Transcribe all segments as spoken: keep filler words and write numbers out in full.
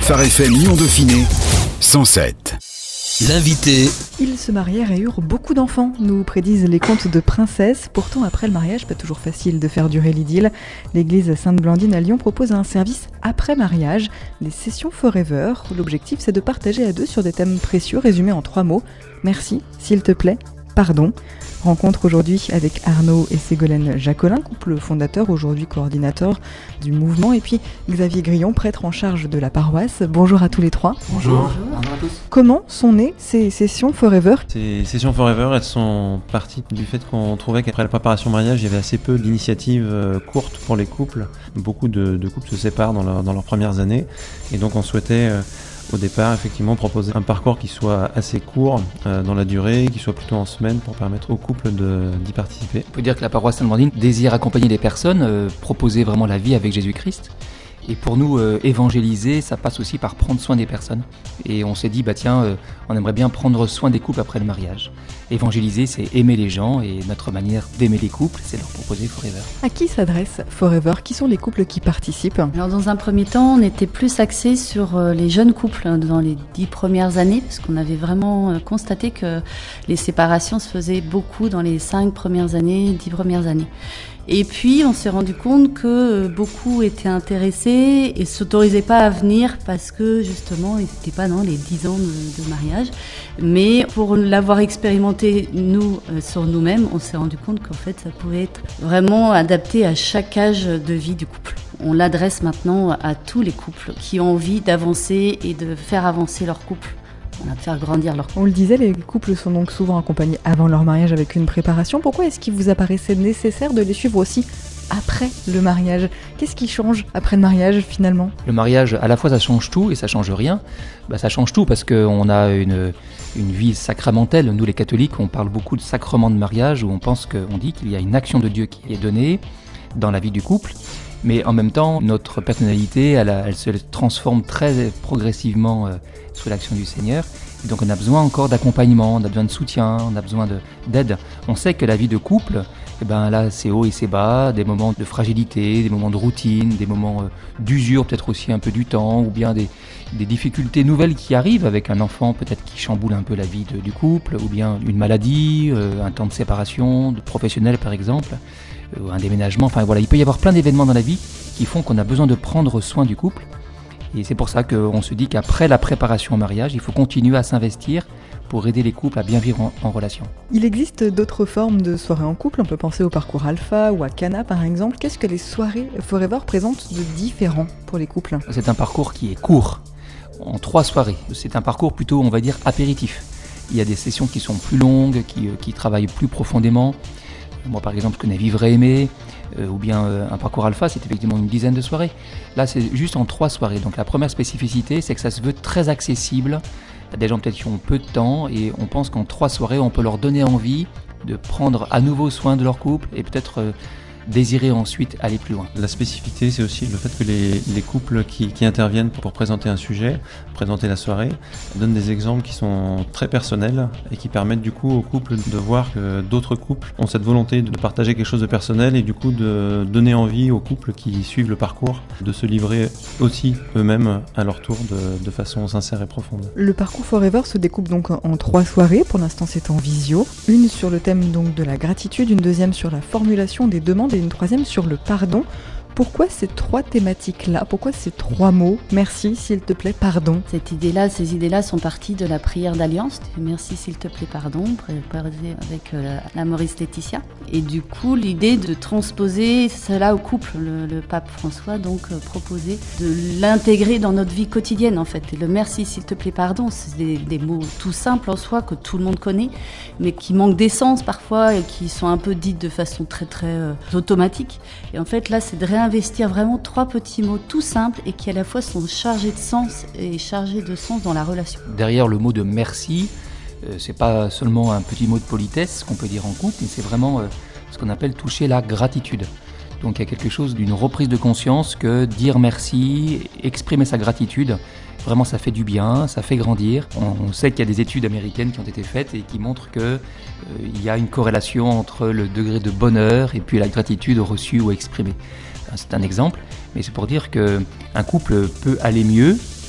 Phare F M Lyon-Dauphiné, cent sept. L'invité. Ils se marièrent et eurent beaucoup d'enfants, nous prédisent les contes de princesses. Pourtant, après le mariage, pas toujours facile de faire durer l'idylle. L'église Sainte-Blandine à Lyon propose un service après mariage, les sessions Forever. L'objectif, c'est de partager à deux sur des thèmes précieux résumés en trois mots. Merci, s'il te plaît, pardon. Rencontre aujourd'hui avec Arnaud et Ségolène Jacolin, couple fondateur, aujourd'hui coordinateur du mouvement, et puis Xavier Grillon, prêtre en charge de la paroisse. Bonjour à tous les trois. Bonjour. Bonjour à tous. Comment sont nées ces sessions Forever ? Ces sessions Forever, elles sont parties du fait qu'on trouvait qu'après la préparation au mariage, il y avait assez peu d'initiatives courtes pour les couples. Beaucoup de, de couples se séparent dans, leur, dans leurs premières années, et donc on souhaitait euh, au départ, effectivement, proposer un parcours qui soit assez court euh, dans la durée, qui soit plutôt en semaine pour permettre aux couples de, d'y participer. On peut dire que la paroisse Sainte-Blandine désire accompagner les personnes, euh, proposer vraiment la vie avec Jésus-Christ. Et pour nous, euh, évangéliser, ça passe aussi par prendre soin des personnes. Et on s'est dit, bah tiens, euh, on aimerait bien prendre soin des couples après le mariage. Évangéliser, c'est aimer les gens, et notre manière d'aimer les couples, c'est leur proposer Forever. À qui s'adresse Forever ? Qui sont les couples qui participent ? Alors dans un premier temps, on était plus axé sur les jeunes couples dans les dix premières années, parce qu'on avait vraiment constaté que les séparations se faisaient beaucoup dans les cinq premières années, dix premières années. Et puis, on s'est rendu compte que beaucoup étaient intéressés et s'autorisaient pas à venir parce que, justement, ils n'étaient pas dans les dix ans de, de mariage. Mais pour l'avoir expérimenté, nous, euh, sur nous-mêmes, on s'est rendu compte qu'en fait, ça pouvait être vraiment adapté à chaque âge de vie du couple. On l'adresse maintenant à tous les couples qui ont envie d'avancer et de faire avancer leur couple. On a de faire grandir leur couple. On le disait, les couples sont donc souvent accompagnés avant leur mariage avec une préparation. Pourquoi est-ce qu'il vous apparaissait nécessaire de les suivre aussi après le mariage ? Qu'est-ce qui change après le mariage finalement ? Le mariage, à la fois ça change tout et ça change rien. Bah, ça change tout parce qu'on a une, une vie sacramentelle. Nous les catholiques, on parle beaucoup de sacrement de mariage, où on pense qu'on dit qu'il y a une action de Dieu qui est donnée dans la vie du couple. Mais en même temps, notre personnalité, elle, elle se transforme très progressivement euh, sous l'action du Seigneur. Et donc on a besoin encore d'accompagnement, on a besoin de soutien, on a besoin de, d'aide. On sait que la vie de couple, eh ben là, c'est haut et c'est bas, des moments de fragilité, des moments de routine, des moments euh, d'usure, peut-être aussi un peu du temps, ou bien des, des difficultés nouvelles qui arrivent avec un enfant peut-être qui chamboule un peu la vie de, du couple, ou bien une maladie, euh, un temps de séparation, de professionnel par exemple, euh, un déménagement. Enfin voilà, il peut y avoir plein d'événements dans la vie qui font qu'on a besoin de prendre soin du couple. Et c'est pour ça qu'on se dit qu'après la préparation au mariage, il faut continuer à s'investir pour aider les couples à bien vivre en, en relation. Il existe d'autres formes de soirées en couple, on peut penser au parcours Alpha ou à Cana par exemple. Qu'est-ce que les soirées Forever présentent de différent pour les couples ? C'est un parcours qui est court, en trois soirées. C'est un parcours plutôt, on va dire, apéritif. Il y a des sessions qui sont plus longues, qui, qui travaillent plus profondément. Moi par exemple, je connais Vivre et Aimer, euh, ou bien euh, un parcours Alpha, c'est effectivement une dizaine de soirées. Là, c'est juste en trois soirées. Donc la première spécificité, c'est que ça se veut très accessible à des gens peut-être qui ont peu de temps, et on pense qu'en trois soirées, on peut leur donner envie de prendre à nouveau soin de leur couple et peut-être euh, désirer ensuite aller plus loin. La spécificité, c'est aussi le fait que les, les couples qui, qui interviennent pour présenter un sujet, présenter la soirée, donnent des exemples qui sont très personnels et qui permettent du coup aux couples de voir que d'autres couples ont cette volonté de partager quelque chose de personnel, et du coup de donner envie aux couples qui suivent le parcours de se livrer aussi eux-mêmes à leur tour de, de façon sincère et profonde. Le parcours Forever se découpe donc en trois soirées, pour l'instant c'est en visio. Une sur le thème donc de la gratitude, une deuxième sur la formulation des demandes et une troisième sur le pardon. Pourquoi ces trois thématiques-là ? Pourquoi ces trois mots ? Merci, s'il te plaît, pardon. Cette idée-là, ces idées-là sont parties de la prière d'alliance. Merci, s'il te plaît, pardon, préparée avec euh, la Maurice Laetitia. Et du coup, l'idée de transposer cela au couple, le, le pape François donc euh, proposait de l'intégrer dans notre vie quotidienne en fait. Et le merci, s'il te plaît, pardon, c'est des, des mots tout simples en soi que tout le monde connaît, mais qui manquent d'essence parfois et qui sont un peu dites de façon très très euh, automatique. Et en fait, là, c'est de réinvestir vraiment trois petits mots tout simples et qui à la fois sont chargés de sens et chargés de sens dans la relation. Derrière le mot de merci, euh, c'est pas seulement un petit mot de politesse qu'on peut dire en couple, mais c'est vraiment euh, ce qu'on appelle toucher la gratitude. Donc il y a quelque chose d'une reprise de conscience que dire merci, exprimer sa gratitude, vraiment ça fait du bien, ça fait grandir. On, on sait qu'il y a des études américaines qui ont été faites et qui montrent qu'il euh, y a une corrélation entre le degré de bonheur et puis la gratitude reçue ou exprimée. C'est un exemple, mais c'est pour dire qu'un couple peut aller mieux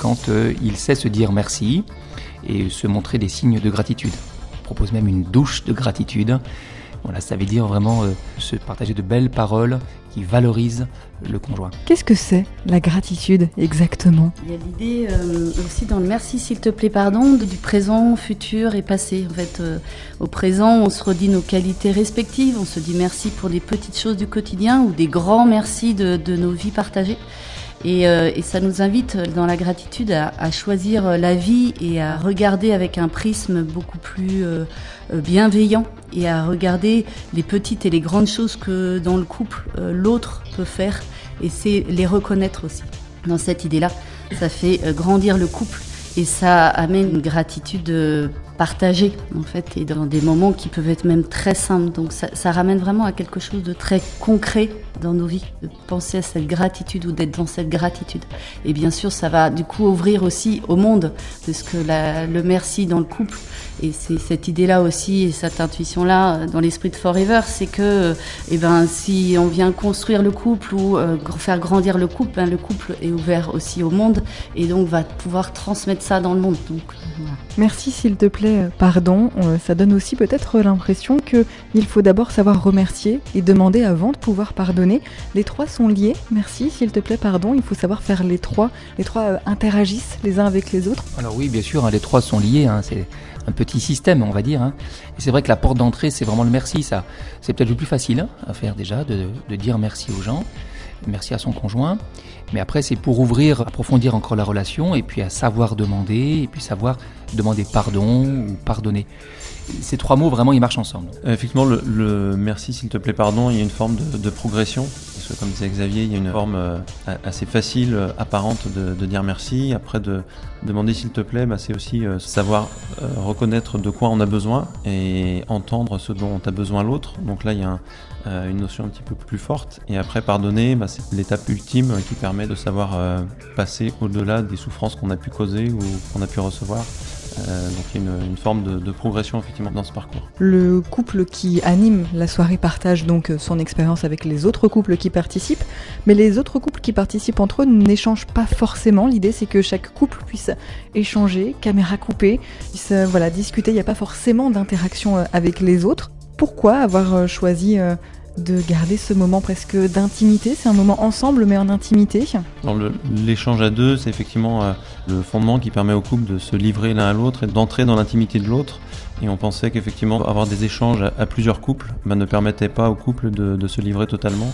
quand euh, il sait se dire merci et se montrer des signes de gratitude. On propose même une douche de gratitude. Voilà, ça veut dire vraiment euh, se partager de belles paroles qui valorisent le conjoint. Qu'est-ce que c'est la gratitude exactement ? Il y a l'idée euh, aussi dans le merci s'il te plaît pardon du présent, futur et passé. En fait, euh, au présent, on se redit nos qualités respectives, on se dit merci pour des petites choses du quotidien ou des grands merci de, de nos vies partagées. Et, euh, et ça nous invite dans la gratitude à, à choisir la vie et à regarder avec un prisme beaucoup plus euh, bienveillant et à regarder les petites et les grandes choses que dans le couple euh, l'autre peut faire et c'est les reconnaître aussi. Dans cette idée-là, ça fait euh, grandir le couple et ça amène une gratitude euh, partagée en fait et dans des moments qui peuvent être même très simples. Donc ça, ça ramène vraiment à quelque chose de très concret dans nos vies, de penser à cette gratitude ou d'être dans cette gratitude. Et bien sûr, ça va du coup ouvrir aussi au monde, parce que la, le merci dans le couple, et c'est cette idée-là aussi, et cette intuition-là dans l'esprit de Forever, c'est que eh ben, si on vient construire le couple ou euh, faire grandir le couple, ben, le couple est ouvert aussi au monde, et donc va pouvoir transmettre ça dans le monde. Donc, voilà. Merci s'il te plaît, pardon. Euh, ça donne aussi peut-être l'impression qu'il faut d'abord savoir remercier et demander avant de pouvoir pardonner. Les trois sont liés. Merci s'il te plaît, pardon. Il faut savoir faire les trois. Les trois euh, interagissent les uns avec les autres. Alors oui, bien sûr, hein, les trois sont liés. Hein, c'est un petit système, on va dire. Hein. Et c'est vrai que la porte d'entrée, c'est vraiment le merci. Ça, c'est peut-être le plus facile hein, à faire déjà, de, de dire merci aux gens, merci à son conjoint. Mais après, c'est pour ouvrir, approfondir encore la relation et puis à savoir demander et puis savoir demander pardon ou pardonner. Ces trois mots, vraiment, ils marchent ensemble. Effectivement, le, le merci, s'il te plaît, pardon, il y a une forme de, de progression. Parce que, comme disait Xavier, il y a une forme euh, assez facile, euh, apparente de, de dire merci. Après, de demander s'il te plaît, bah, c'est aussi euh, savoir euh, reconnaître de quoi on a besoin et entendre ce dont a besoin l'autre. Donc là, il y a un, euh, une notion un petit peu plus forte. Et après, pardonner, bah, c'est l'étape ultime qui permet de savoir euh, passer au-delà des souffrances qu'on a pu causer ou qu'on a pu recevoir. Euh, donc il y a une, une forme de, de progression effectivement dans ce parcours. Le couple qui anime la soirée partage donc son expérience avec les autres couples qui participent, mais les autres couples qui participent entre eux n'échangent pas forcément. L'idée c'est que chaque couple puisse échanger, caméra coupée, puisse euh, voilà, discuter, il n'y a pas forcément d'interaction euh, avec les autres. Pourquoi avoir euh, choisi euh, de garder ce moment presque d'intimité? C'est un moment ensemble mais en intimité. Alors le, l'échange à deux, c'est effectivement euh, le fondement qui permet au couple de se livrer l'un à l'autre et d'entrer dans l'intimité de l'autre. Et on pensait qu'effectivement avoir des échanges à, à plusieurs couples bah, ne permettait pas au couple de, de se livrer totalement.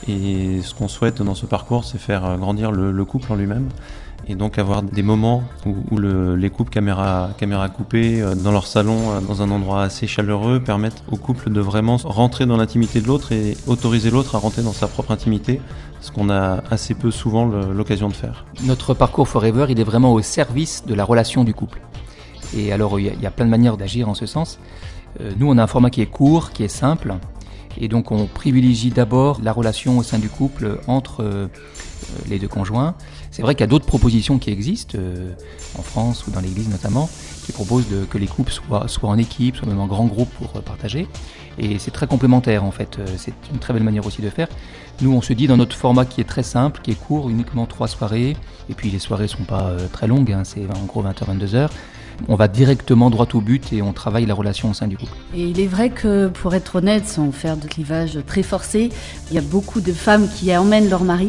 Et ce qu'on souhaite dans ce parcours, c'est faire grandir le, le couple en lui-même. Et donc avoir des moments où, où le, les couples caméra, caméra coupée euh, dans leur salon, euh, dans un endroit assez chaleureux, permettent au couple de vraiment rentrer dans l'intimité de l'autre et autoriser l'autre à rentrer dans sa propre intimité, ce qu'on a assez peu souvent le, l'occasion de faire. Notre parcours Forever, il est vraiment au service de la relation du couple. Et alors, il y a, il y a plein de manières d'agir en ce sens. Euh, nous, on a un format qui est court, qui est simple. Et donc, on privilégie d'abord la relation au sein du couple entre euh, les deux conjoints. C'est vrai qu'il y a d'autres propositions qui existent, euh, en France ou dans l'Église notamment, qui proposent de, que les couples soient, soient en équipe, soit même en grand groupe pour euh, partager. Et c'est très complémentaire en fait, euh, c'est une très belle manière aussi de faire. Nous on se dit dans notre format qui est très simple, qui est court, uniquement trois soirées, et puis les soirées sont pas euh, très longues, hein, c'est en gros vingt heures, vingt-deux heures. On va directement droit au but et on travaille la relation au sein du couple. Et il est vrai que, pour être honnête, sans faire de clivage très forcé, il y a beaucoup de femmes qui emmènent leur mari.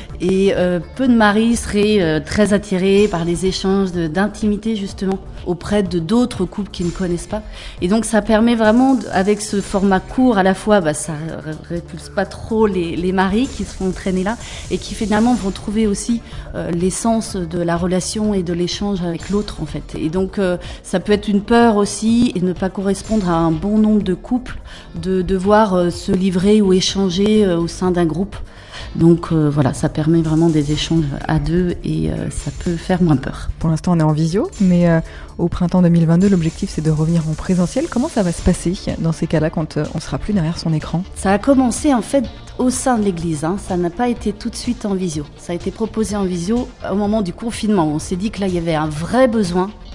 Et euh, peu de maris seraient euh, très attirés par les échanges de, d'intimité, justement, auprès de d'autres couples qui ne connaissent pas. Et donc, ça permet vraiment, avec ce format court, à la fois, bah, ça répulse pas trop les, les maris qui se font traîner là, et qui finalement vont trouver aussi euh, l'essence de la relation et de l'échange avec l'autre, en fait. Et donc, euh, ça peut être une peur aussi, et ne pas correspondre à un bon nombre de couples, de devoir euh, se livrer ou échanger euh, au sein d'un groupe. Donc euh, voilà, ça permet vraiment des échanges à deux et euh, ça peut faire moins peur. Pour l'instant, on est en visio, mais euh, au printemps deux mille vingt-deux, l'objectif c'est de revenir en présentiel. Comment ça va se passer dans ces cas-là quand euh, on sera plus derrière son écran? Ça a commencé en fait au sein de l'église, hein. Ça n'a pas été tout de suite en visio. Ça a été proposé en visio au moment du confinement. On s'est dit que là, il y avait un vrai besoin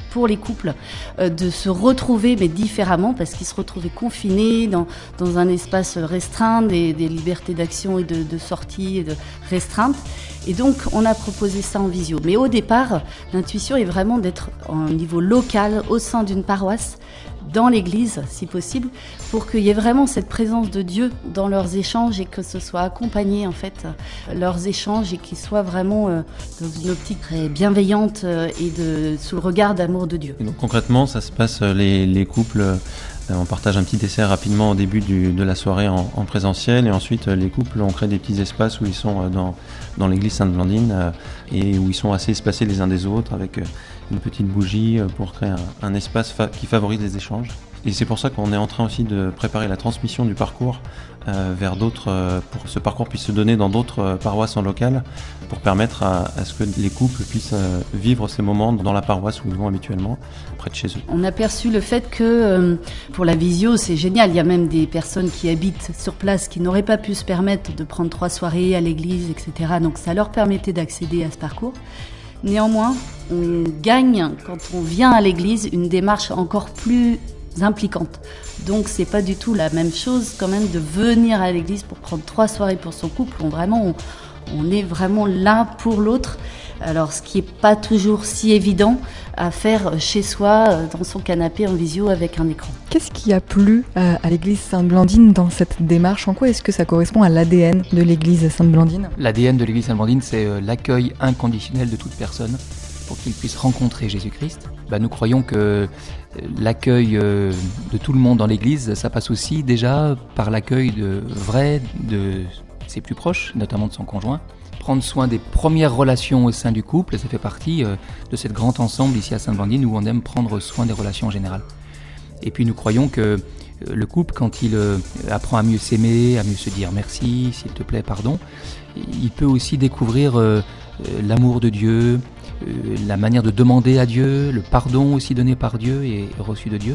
pour les couples euh, de se retrouver, mais différemment, parce qu'ils se retrouvaient confinés dans, dans un espace restreint, des, des libertés d'action et de, de sortie et de restreintes. Et donc, on a proposé ça en visio. Mais au départ, l'intuition est vraiment d'être au niveau local, au sein d'une paroisse, dans l'église, si possible, pour qu'il y ait vraiment cette présence de Dieu dans leurs échanges et que ce soit accompagné, en fait, leurs échanges et qu'ils soient vraiment euh, dans une optique très bienveillante euh, et de, sous le regard d'amour de Dieu. Et donc, concrètement, ça se passe, les, les couples, euh, on partage un petit dessert rapidement au début du, de la soirée en, en présentiel, et ensuite, les couples, on crée des petits espaces où ils sont dans, dans l'église Sainte-Blandine euh, et où ils sont assez espacés les uns des autres avec... Euh, une petite bougie pour créer un, un espace fa- qui favorise les échanges. Et c'est pour ça qu'on est en train aussi de préparer la transmission du parcours euh, vers d'autres, euh, pour que ce parcours puisse se donner dans d'autres euh, paroisses en local, pour permettre à, à ce que les couples puissent euh, vivre ces moments dans la paroisse où ils vont habituellement, près de chez eux. On a perçu le fait que euh, pour la visio, c'est génial. Il y a même des personnes qui habitent sur place qui n'auraient pas pu se permettre de prendre trois soirées à l'église, et cetera. Donc ça leur permettait d'accéder à ce parcours. Néanmoins, on gagne, quand on vient à l'église, une démarche encore plus impliquante. Donc, c'est pas du tout la même chose quand même de venir à l'église pour prendre trois soirées pour son couple. On, vraiment, on, on est vraiment l'un pour l'autre. Alors, ce qui est pas toujours si évident à faire chez soi, dans son canapé en visio avec un écran. Qu'est-ce qui a plu à, à l'église Sainte-Blandine dans cette démarche ? En quoi est-ce que ça correspond à l'A D N de l'église Sainte-Blandine ? L'A D N de l'église Sainte-Blandine, c'est euh, l'accueil inconditionnel de toute personne pour qu'il puisse rencontrer Jésus-Christ. Bah, nous croyons que euh, l'accueil euh, de tout le monde dans l'église, ça passe aussi déjà par l'accueil de, vrai de ses plus proches, notamment de son conjoint. Prendre soin des premières relations au sein du couple, ça fait partie euh, de cette grand ensemble ici à Sainte-Blandine où on aime prendre soin des relations en général. Et puis nous croyons que euh, le couple, quand il euh, apprend à mieux s'aimer, à mieux se dire merci, s'il te plaît, pardon, il peut aussi découvrir euh, euh, l'amour de Dieu, euh, la manière de demander à Dieu, le pardon aussi donné par Dieu et reçu de Dieu.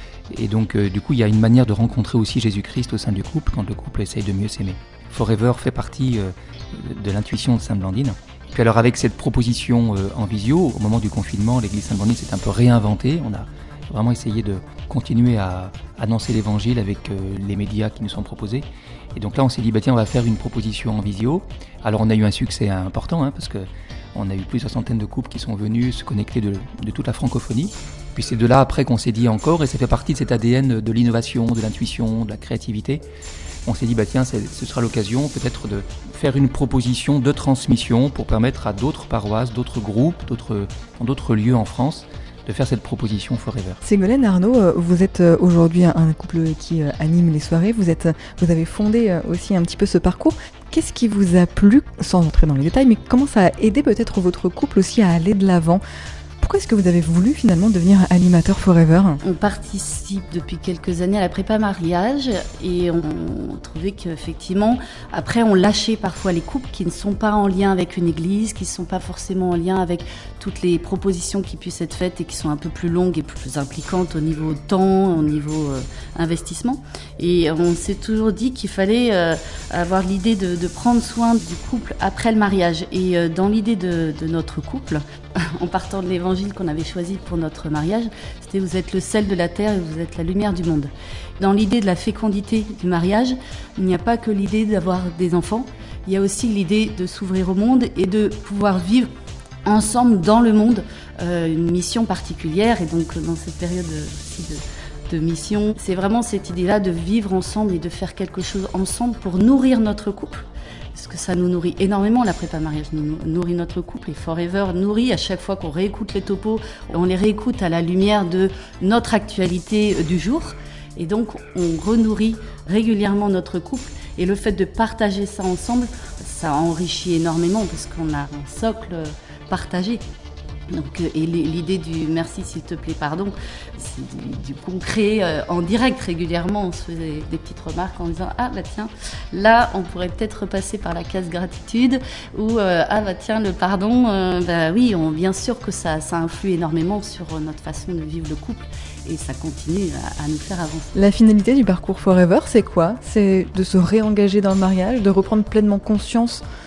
Et donc euh, du coup il y a une manière de rencontrer aussi Jésus-Christ au sein du couple quand le couple essaye de mieux s'aimer. Forever fait partie euh, de l'intuition de Sainte-Blandine. Puis alors avec cette proposition euh, en visio, au moment du confinement, l'église Sainte-Blandine s'est un peu réinventée. On a vraiment essayé de continuer à annoncer l'évangile avec euh, les médias qui nous sont proposés. Et donc là on s'est dit, bah tiens, on va faire une proposition en visio. Alors on a eu un succès important, hein, parce qu'on a eu plusieurs centaines de couples qui sont venus se connecter de, de toute la francophonie. Puis c'est de là après qu'on s'est dit encore, et ça fait partie de cet A D N de l'innovation, de l'intuition, de la créativité. On s'est dit, bah tiens, c'est, ce sera l'occasion peut-être de faire une proposition de transmission pour permettre à d'autres paroisses, d'autres groupes, d'autres, dans d'autres lieux en France, de faire cette proposition Forever. Ségolène Arnaud, vous êtes aujourd'hui un couple qui anime les soirées, vous, êtes, vous avez fondé aussi un petit peu ce parcours. Qu'est-ce qui vous a plu, sans entrer dans les détails, mais comment ça a aidé peut-être votre couple aussi à aller de l'avant ? Pourquoi est-ce que vous avez voulu finalement devenir animateur Forever ? On participe depuis quelques années à la prépa mariage et on trouvait qu'effectivement, après on lâchait parfois les couples qui ne sont pas en lien avec une église, qui ne sont pas forcément en lien avec toutes les propositions qui puissent être faites et qui sont un peu plus longues et plus impliquantes au niveau temps, au niveau euh, investissement. Et on s'est toujours dit qu'il fallait euh, avoir l'idée de, de prendre soin du couple après le mariage. Et euh, dans l'idée de, de notre couple, en partant de l'évangile qu'on avait choisi pour notre mariage, c'était « Vous êtes le sel de la terre et vous êtes la lumière du monde ». Dans l'idée de la fécondité du mariage, il n'y a pas que l'idée d'avoir des enfants, il y a aussi l'idée de s'ouvrir au monde et de pouvoir vivre ensemble dans le monde euh, une mission particulière. Et donc dans cette période aussi de, de mission, c'est vraiment cette idée-là de vivre ensemble et de faire quelque chose ensemble pour nourrir notre couple. Parce que ça nous nourrit énormément, la prépa mariage nous nourrit notre couple et Forever nourrit à chaque fois qu'on réécoute les topos, on les réécoute à la lumière de notre actualité du jour et donc on renourrit régulièrement notre couple et le fait de partager ça ensemble, ça enrichit énormément parce qu'on a un socle partagé. Donc, et l'idée du merci s'il te plaît pardon, c'est du, du concret euh, en direct régulièrement. On se faisait des petites remarques en disant ah bah tiens là on pourrait peut-être repasser par la case gratitude ou euh, ah bah tiens le pardon euh, bah oui on, bien sûr que ça, ça influe énormément sur notre façon de vivre le couple et ça continue à, à nous faire avancer. La finalité du parcours Forever c'est quoi ? C'est de se réengager dans le mariage, de reprendre pleinement conscience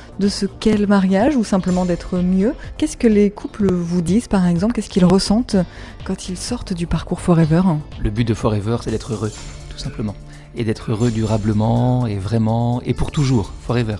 de ce qu'est le mariage ou simplement d'être mieux. Qu'est-ce que les couples vous disent par exemple? Qu'est-ce qu'ils ressentent quand ils sortent du parcours Forever? Le but de Forever, c'est d'être heureux, tout simplement. Et d'être heureux durablement et vraiment et pour toujours, Forever.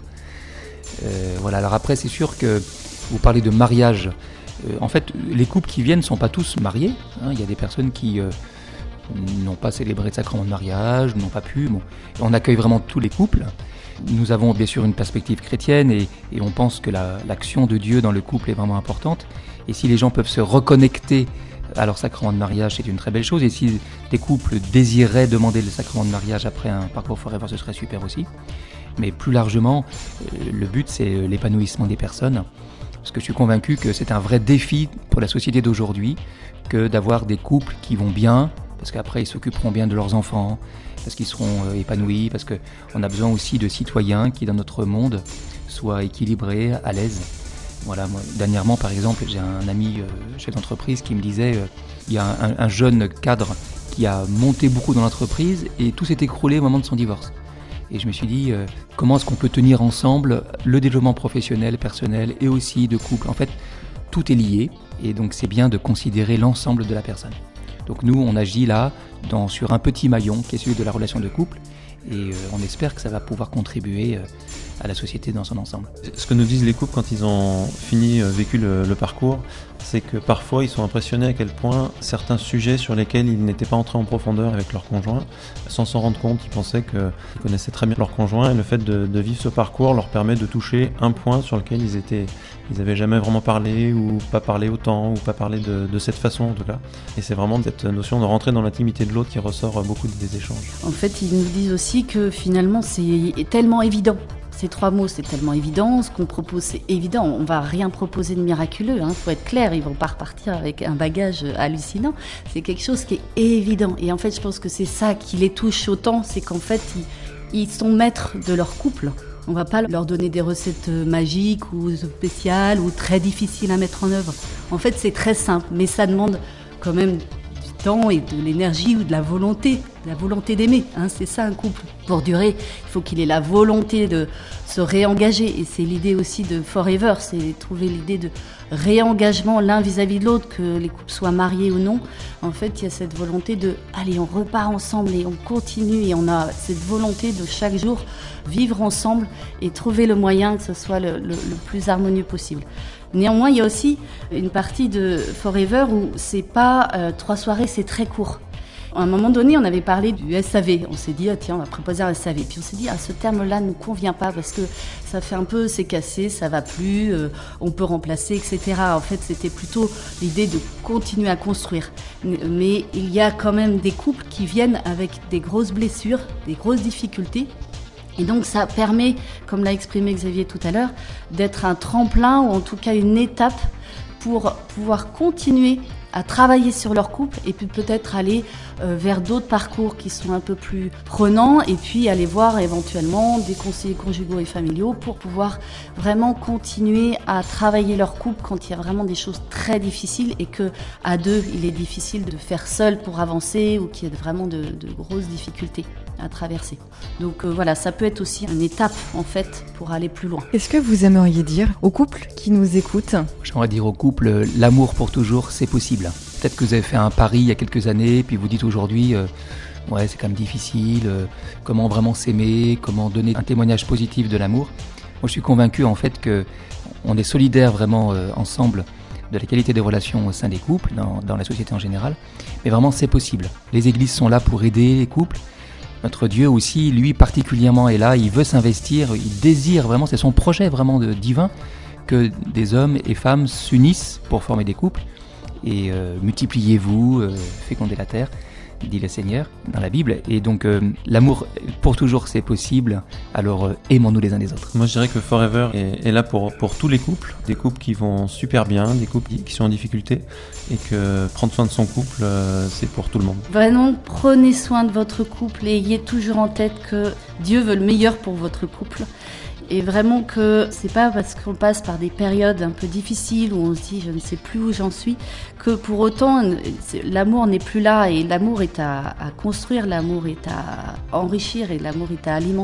Euh, voilà, alors après c'est sûr que vous parlez de mariage. Euh, en fait, les couples qui viennent ne sont pas tous mariés. Hein. Il y a des personnes qui euh, n'ont pas célébré de sacrement de mariage, n'ont pas pu. Bon. On accueille vraiment tous les couples. Nous avons bien sûr une perspective chrétienne et, et on pense que la, l'action de Dieu dans le couple est vraiment importante. Et si les gens peuvent se reconnecter à leur sacrement de mariage, c'est une très belle chose. Et si des couples désiraient demander le sacrement de mariage après un parcours Forever, ce serait super aussi. Mais plus largement, le but, c'est l'épanouissement des personnes. Parce que je suis convaincu que c'est un vrai défi pour la société d'aujourd'hui que d'avoir des couples qui vont bien, parce qu'après ils s'occuperont bien de leurs enfants, parce qu'ils seront épanouis, parce qu'on a besoin aussi de citoyens qui, dans notre monde, soient équilibrés, à l'aise. Voilà, moi, dernièrement, par exemple, j'ai un ami euh, chef d'entreprise qui me disait euh, il y a un, un jeune cadre qui a monté beaucoup dans l'entreprise et tout s'est écroulé au moment de son divorce. Et je me suis dit, euh, comment est-ce qu'on peut tenir ensemble le développement professionnel, personnel et aussi de couple? En fait, tout est lié et donc c'est bien de considérer l'ensemble de la personne. Donc nous, on agit là dans, sur un petit maillon qui est celui de la relation de couple et euh, on espère que ça va pouvoir contribuer euh, à la société dans son ensemble. Ce que nous disent les couples quand ils ont fini, euh, vécu le, le parcours, c'est que parfois ils sont impressionnés à quel point certains sujets sur lesquels ils n'étaient pas entrés en profondeur avec leur conjoint, sans s'en rendre compte, ils pensaient qu'ils connaissaient très bien leur conjoint et le fait de, de vivre ce parcours leur permet de toucher un point sur lequel ils étaient, ils n'avaient jamais vraiment parlé ou pas parlé autant ou pas parlé de, de cette façon en tout cas. Et c'est vraiment cette notion de rentrer dans l'intimité de l'autre qui ressort beaucoup des échanges. En fait, ils nous disent aussi que finalement c'est tellement évident. Ces trois mots, c'est tellement évident. Ce qu'on propose, c'est évident. On ne va rien proposer de miraculeux. Il hein. faut être clair, ils ne vont pas repartir avec un bagage hallucinant. C'est quelque chose qui est évident. Et en fait, je pense que c'est ça qui les touche autant. C'est qu'en fait, ils, ils sont maîtres de leur couple. On ne va pas leur donner des recettes magiques ou spéciales ou très difficiles à mettre en œuvre. En fait, c'est très simple, mais ça demande quand même du temps et de l'énergie ou de la volonté, de la volonté d'aimer. Hein, c'est ça un couple. Pour durer, il faut qu'il ait la volonté de se réengager. Et c'est l'idée aussi de Forever, c'est trouver l'idée de réengagement l'un vis-à-vis de l'autre, que les couples soient mariés ou non. En fait, il y a cette volonté de, allez, on repart ensemble et on continue. Et on a cette volonté de chaque jour vivre ensemble et trouver le moyen que ce soit le, le, le plus harmonieux possible. Néanmoins, il y a aussi une partie de Forever où c'est pas euh, trois soirées, c'est très court. À un moment donné, on avait parlé du S A V. On s'est dit, ah, tiens, on va proposer un S A V. Puis on s'est dit, ah, ce terme-là ne nous convient pas parce que ça fait un peu, c'est cassé, ça va plus, euh, on peut remplacer, et cetera. En fait, c'était plutôt l'idée de continuer à construire. Mais il y a quand même des couples qui viennent avec des grosses blessures, des grosses difficultés. Et donc ça permet, comme l'a exprimé Xavier tout à l'heure, d'être un tremplin ou en tout cas une étape pour pouvoir continuer à travailler sur leur couple et puis peut-être aller euh, vers d'autres parcours qui sont un peu plus prenants et puis aller voir éventuellement des conseillers conjugaux et familiaux pour pouvoir vraiment continuer à travailler leur couple quand il y a vraiment des choses très difficiles et que à deux il est difficile de faire seul pour avancer ou qu'il y a vraiment de, de grosses difficultés à traverser. Donc euh, voilà, ça peut être aussi une étape en fait pour aller plus loin. Qu'est-ce que vous aimeriez dire aux couples qui nous écoutent? J'aimerais dire aux couples, l'amour pour toujours, c'est possible. Peut-être que vous avez fait un pari il y a quelques années, puis vous dites aujourd'hui, euh, ouais, c'est quand même difficile, euh, comment vraiment s'aimer, comment donner un témoignage positif de l'amour. Moi, je suis convaincu en fait que on est solidaires vraiment euh, ensemble de la qualité des relations au sein des couples, dans, dans la société en général. Mais vraiment, c'est possible. Les églises sont là pour aider les couples. Notre Dieu aussi, lui particulièrement, est là. Il veut s'investir, il désire vraiment, c'est son projet vraiment de, divin, que des hommes et femmes s'unissent pour former des couples. Et euh, multipliez-vous, euh, fécondez la terre, dit le Seigneur dans la Bible. Et donc euh, l'amour pour toujours c'est possible, alors euh, aimons-nous les uns les autres. Moi je dirais que Forever est, est là pour, pour tous les couples, des couples qui vont super bien, des couples qui, qui sont en difficulté, et que prendre soin de son couple euh, c'est pour tout le monde. Vraiment prenez soin de votre couple et ayez toujours en tête que Dieu veut le meilleur pour votre couple. Et vraiment que c'est pas parce qu'on passe par des périodes un peu difficiles où on se dit je ne sais plus où j'en suis que pour autant l'amour n'est plus là et l'amour est à, à construire, l'amour est à enrichir et l'amour est à alimenter.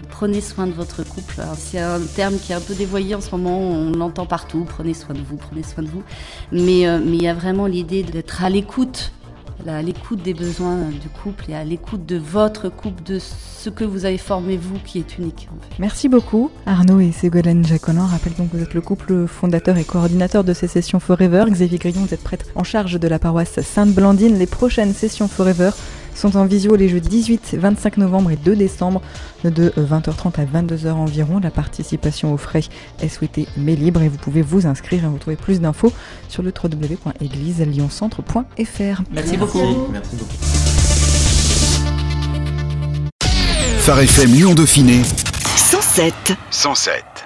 prenez soin de votre couple. Alors, c'est un terme qui est un peu dévoyé en ce moment, on l'entend partout, prenez soin de vous, prenez soin de vous. Mais euh, mais il y a vraiment l'idée d'être à l'écoute, à l'écoute des besoins du couple et à l'écoute de votre couple, de ce que vous avez formé vous qui est unique. En fait. Merci beaucoup Arnaud et Ségolène Jaconan. Rappelle donc que vous êtes le couple fondateur et coordinateur de ces sessions Forever. Xavier Grillon, vous êtes prêtre en charge de la paroisse Sainte-Blandine. Les prochaines sessions Forever sont en visio les jeudis dix-huit, vingt-cinq novembre et deux décembre de vingt heures trente à vingt-deux heures environ. La participation aux frais est souhaitée mais libre et vous pouvez vous inscrire et retrouver plus d'infos sur le w w w point église lyon centre point f r. Merci beaucoup. Merci beaucoup. Phare F M Lyon Dauphiné cent sept. cent sept.